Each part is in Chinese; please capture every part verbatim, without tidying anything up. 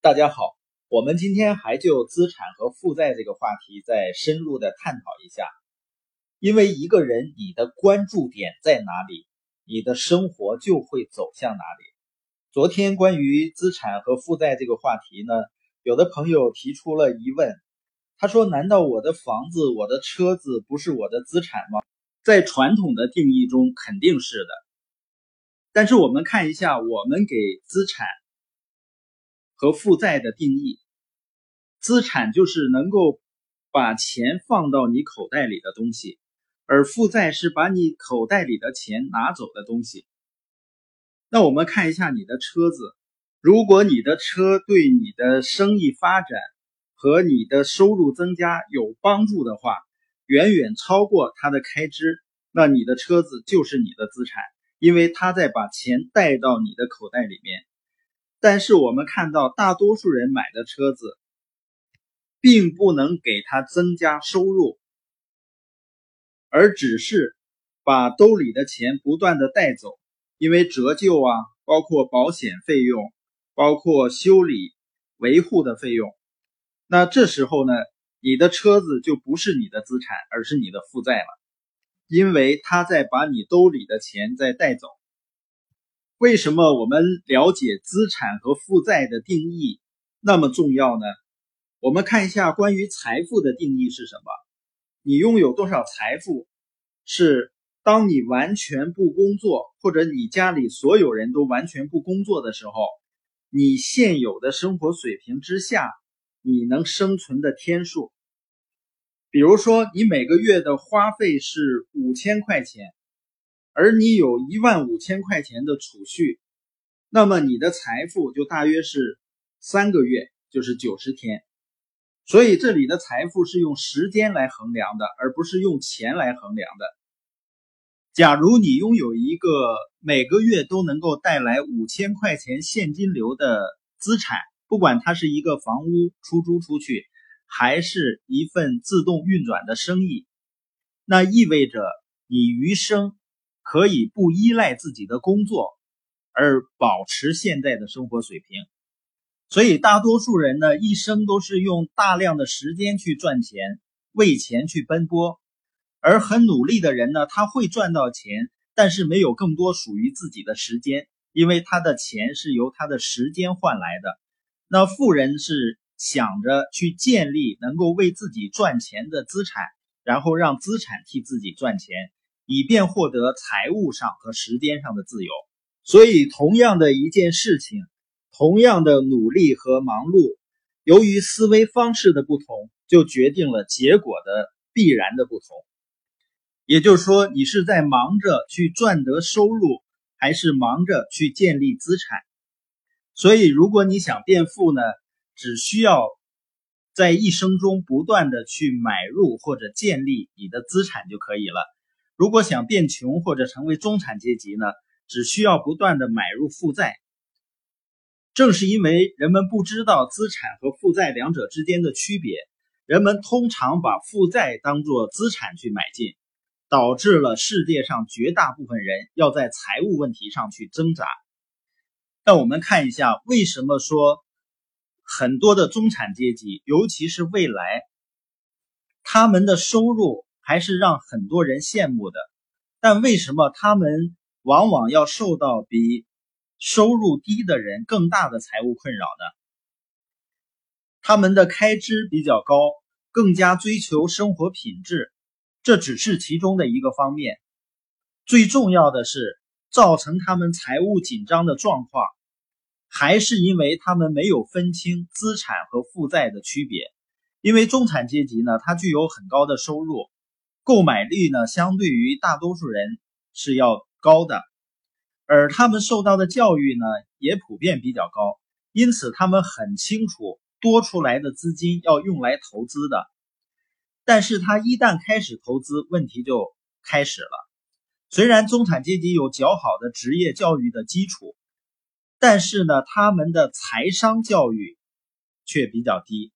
大家好，我们今天还就资产和负债这个话题再深入的探讨一下。因为一个人你的关注点在哪里，你的生活就会走向哪里。昨天关于资产和负债这个话题呢，有的朋友提出了疑问，他说难道我的房子、我的车子不是我的资产吗？在传统的定义中肯定是的。但是我们看一下我们给资产和负债的定义。资产就是能够把钱放到你口袋里的东西，而负债是把你口袋里的钱拿走的东西。那我们看一下你的车子，如果你的车对你的生意发展和你的收入增加有帮助的话，远远超过它的开支，那你的车子就是你的资产，因为它在把钱带到你的口袋里面。但是我们看到大多数人买的车子并不能给他增加收入，而只是把兜里的钱不断的带走，因为折旧啊，包括保险费用，包括修理维护的费用。那这时候呢，你的车子就不是你的资产，而是你的负债了，因为他在把你兜里的钱再带走。为什么我们了解资产和负债的定义那么重要呢？我们看一下关于财富的定义是什么。你拥有多少财富，是当你完全不工作，或者你家里所有人都完全不工作的时候，你现有的生活水平之下，你能生存的天数。比如说你每个月的花费是五千块钱，而你有一万五千块钱的储蓄，那么你的财富就大约是三个月，就是九十天。所以这里的财富是用时间来衡量的，而不是用钱来衡量的。假如你拥有一个每个月都能够带来五千块钱现金流的资产，不管它是一个房屋出租出去，还是一份自动运转的生意，那意味着你余生可以不依赖自己的工作，而保持现在的生活水平。所以大多数人呢，一生都是用大量的时间去赚钱，为钱去奔波。而很努力的人呢，他会赚到钱，但是没有更多属于自己的时间，因为他的钱是由他的时间换来的。那富人是想着去建立能够为自己赚钱的资产，然后让资产替自己赚钱，以便获得财务上和时间上的自由。所以同样的一件事情，同样的努力和忙碌，由于思维方式的不同，就决定了结果的必然的不同。也就是说，你是在忙着去赚得收入，还是忙着去建立资产。所以如果你想变富呢，只需要在一生中不断的去买入或者建立你的资产就可以了。如果想变穷或者成为中产阶级呢，只需要不断的买入负债。正是因为人们不知道资产和负债两者之间的区别，人们通常把负债当作资产去买进，导致了世界上绝大部分人要在财务问题上去挣扎。那我们看一下，为什么说很多的中产阶级，尤其是未来，他们的收入还是让很多人羡慕的，但为什么他们往往要受到比收入低的人更大的财务困扰呢？他们的开支比较高，更加追求生活品质，这只是其中的一个方面。最重要的是，造成他们财务紧张的状况，还是因为他们没有分清资产和负债的区别。因为中产阶级呢，它具有很高的收入，购买力呢，相对于大多数人是要高的，而他们受到的教育呢，也普遍比较高，因此他们很清楚多出来的资金要用来投资的。但是他一旦开始投资，问题就开始了。虽然中产阶级有较好的职业教育的基础，但是呢，他们的财商教育却比较低。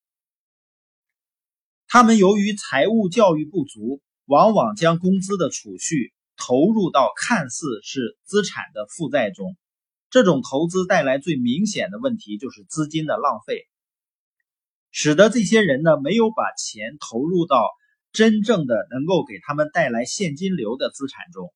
他们由于财务教育不足，往往将工资的储蓄投入到看似是资产的负债中， 这种投资带来最明显的问题就是资金的浪费，使得这些人呢没有把钱投入到真正的能够给他们带来现金流的资产中。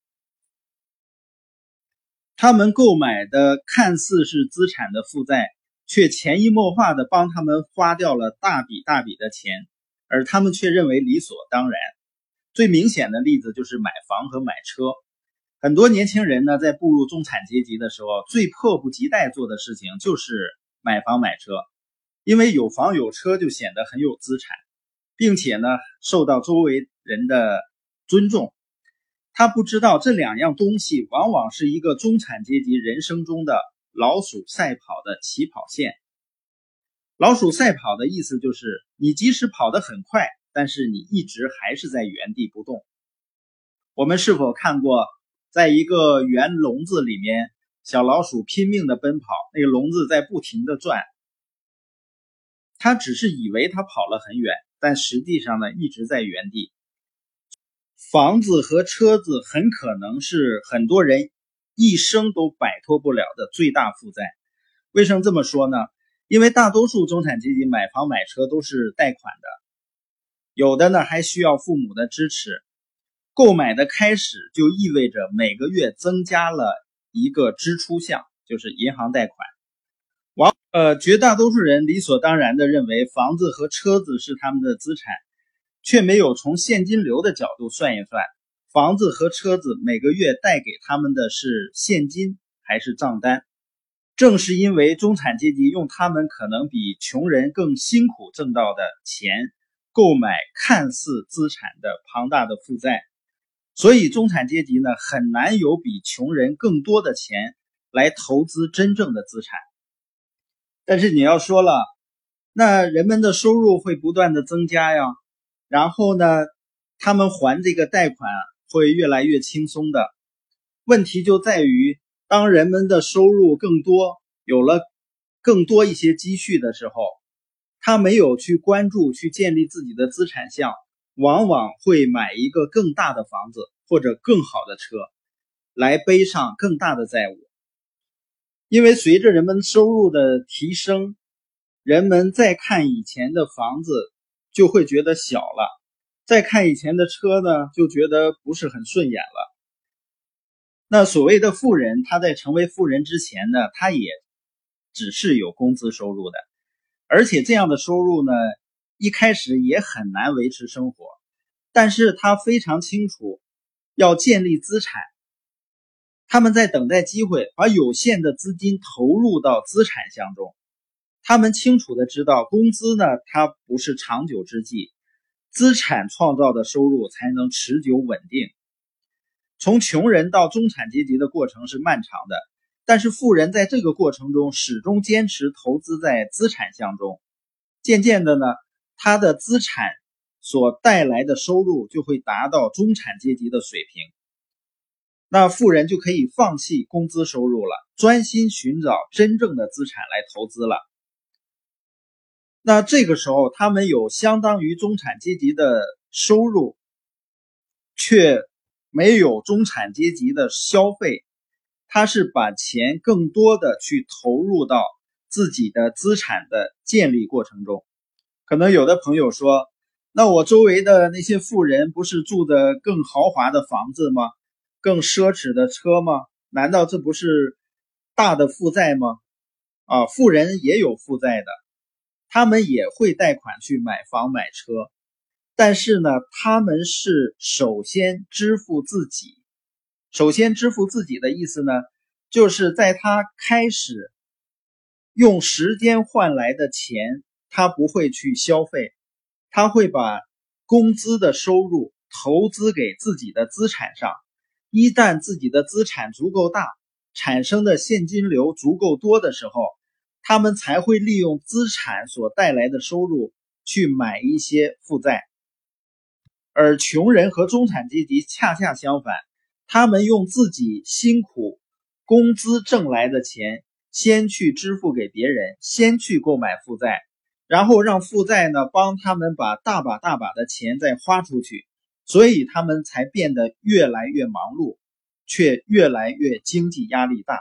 他们购买的看似是资产的负债，却潜移默化地帮他们花掉了大笔大笔的钱，而他们却认为理所当然。最明显的例子就是买房和买车。很多年轻人呢，在步入中产阶级的时候，最迫不及待做的事情就是买房买车，因为有房有车就显得很有资产，并且呢，受到周围人的尊重。他不知道这两样东西往往是一个中产阶级人生中的老鼠赛跑的起跑线。老鼠赛跑的意思就是，你即使跑得很快，但是你一直还是在原地不动。我们是否看过，在一个圆笼子里面，小老鼠拼命地奔跑，那个笼子在不停地转，它只是以为它跑了很远，但实际上呢，一直在原地。房子和车子很可能是很多人一生都摆脱不了的最大负债。为什么这么说呢？因为大多数中产阶级买房买车都是贷款的，有的呢还需要父母的支持。购买的开始就意味着每个月增加了一个支出项，就是银行贷款。往呃，绝大多数人理所当然地认为房子和车子是他们的资产，却没有从现金流的角度算一算，房子和车子每个月带给他们的是现金还是账单。正是因为中产阶级用他们可能比穷人更辛苦挣到的钱购买看似资产的庞大的负债，所以中产阶级呢很难有比穷人更多的钱来投资真正的资产。但是你要说了，那人们的收入会不断的增加呀，然后呢，他们还这个贷款会越来越轻松的。问题就在于，当人们的收入更多，有了更多一些积蓄的时候，他没有去关注去建立自己的资产项，往往会买一个更大的房子或者更好的车，来背上更大的债务。因为随着人们收入的提升，人们再看以前的房子就会觉得小了，再看以前的车呢，就觉得不是很顺眼了。那所谓的富人，他在成为富人之前呢，他也只是有工资收入的，而且这样的收入呢，一开始也很难维持生活，但是他非常清楚要建立资产，他们在等待机会，把有限的资金投入到资产项中。他们清楚地知道，工资呢，它不是长久之计，资产创造的收入才能持久稳定。从穷人到中产阶级的过程是漫长的，但是富人在这个过程中始终坚持投资在资产项中，渐渐的呢，他的资产所带来的收入就会达到中产阶级的水平。那富人就可以放弃工资收入了，专心寻找真正的资产来投资了。那这个时候，他们有相当于中产阶级的收入，却没有中产阶级的消费，他是把钱更多的去投入到自己的资产的建立过程中。可能有的朋友说，那我周围的那些富人不是住的更豪华的房子吗？更奢侈的车吗？难道这不是大的负债吗？啊，富人也有负债的，他们也会贷款去买房买车，但是呢，他们是首先支付自己。首先支付自己的意思呢，就是在他开始用时间换来的钱，他不会去消费，他会把工资的收入投资给自己的资产上。一旦自己的资产足够大，产生的现金流足够多的时候，他们才会利用资产所带来的收入去买一些负债。而穷人和中产阶级恰恰相反，他们用自己辛苦工资挣来的钱先去支付给别人，先去购买负债，然后让负债呢帮他们把大把大把的钱再花出去，所以他们才变得越来越忙碌，却越来越经济压力大。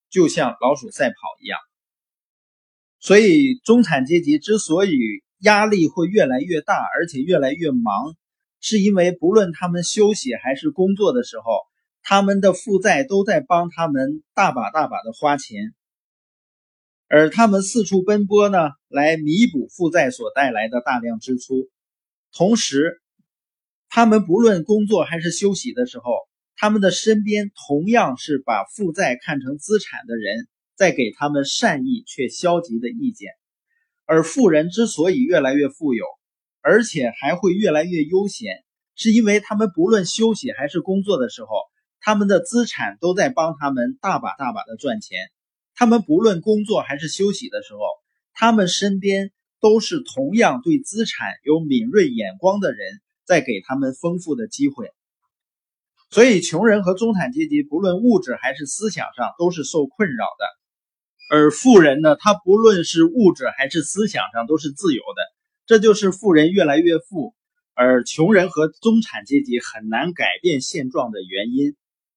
就像老鼠赛跑一样。所以中产阶级之所以压力会越来越大，而且越来越忙，是因为不论他们休息还是工作的时候，他们的负债都在帮他们大把大把的花钱，而他们四处奔波呢，来弥补负债所带来的大量支出。同时，他们不论工作还是休息的时候，他们的身边同样是把负债看成资产的人，在给他们善意却消极的意见。而富人之所以越来越富有，而且还会越来越悠闲，是因为他们不论休息还是工作的时候，他们的资产都在帮他们大把大把的赚钱。他们不论工作还是休息的时候，他们身边都是同样对资产有敏锐眼光的人，在给他们丰富的机会。所以穷人和中产阶级不论物质还是思想上都是受困扰的，而富人呢，他不论是物质还是思想上都是自由的。这就是富人越来越富，而穷人和中产阶级很难改变现状的原因。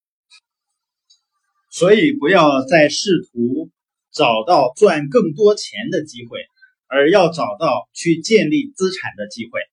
所以不要再试图找到赚更多钱的机会，而要找到去建立资产的机会。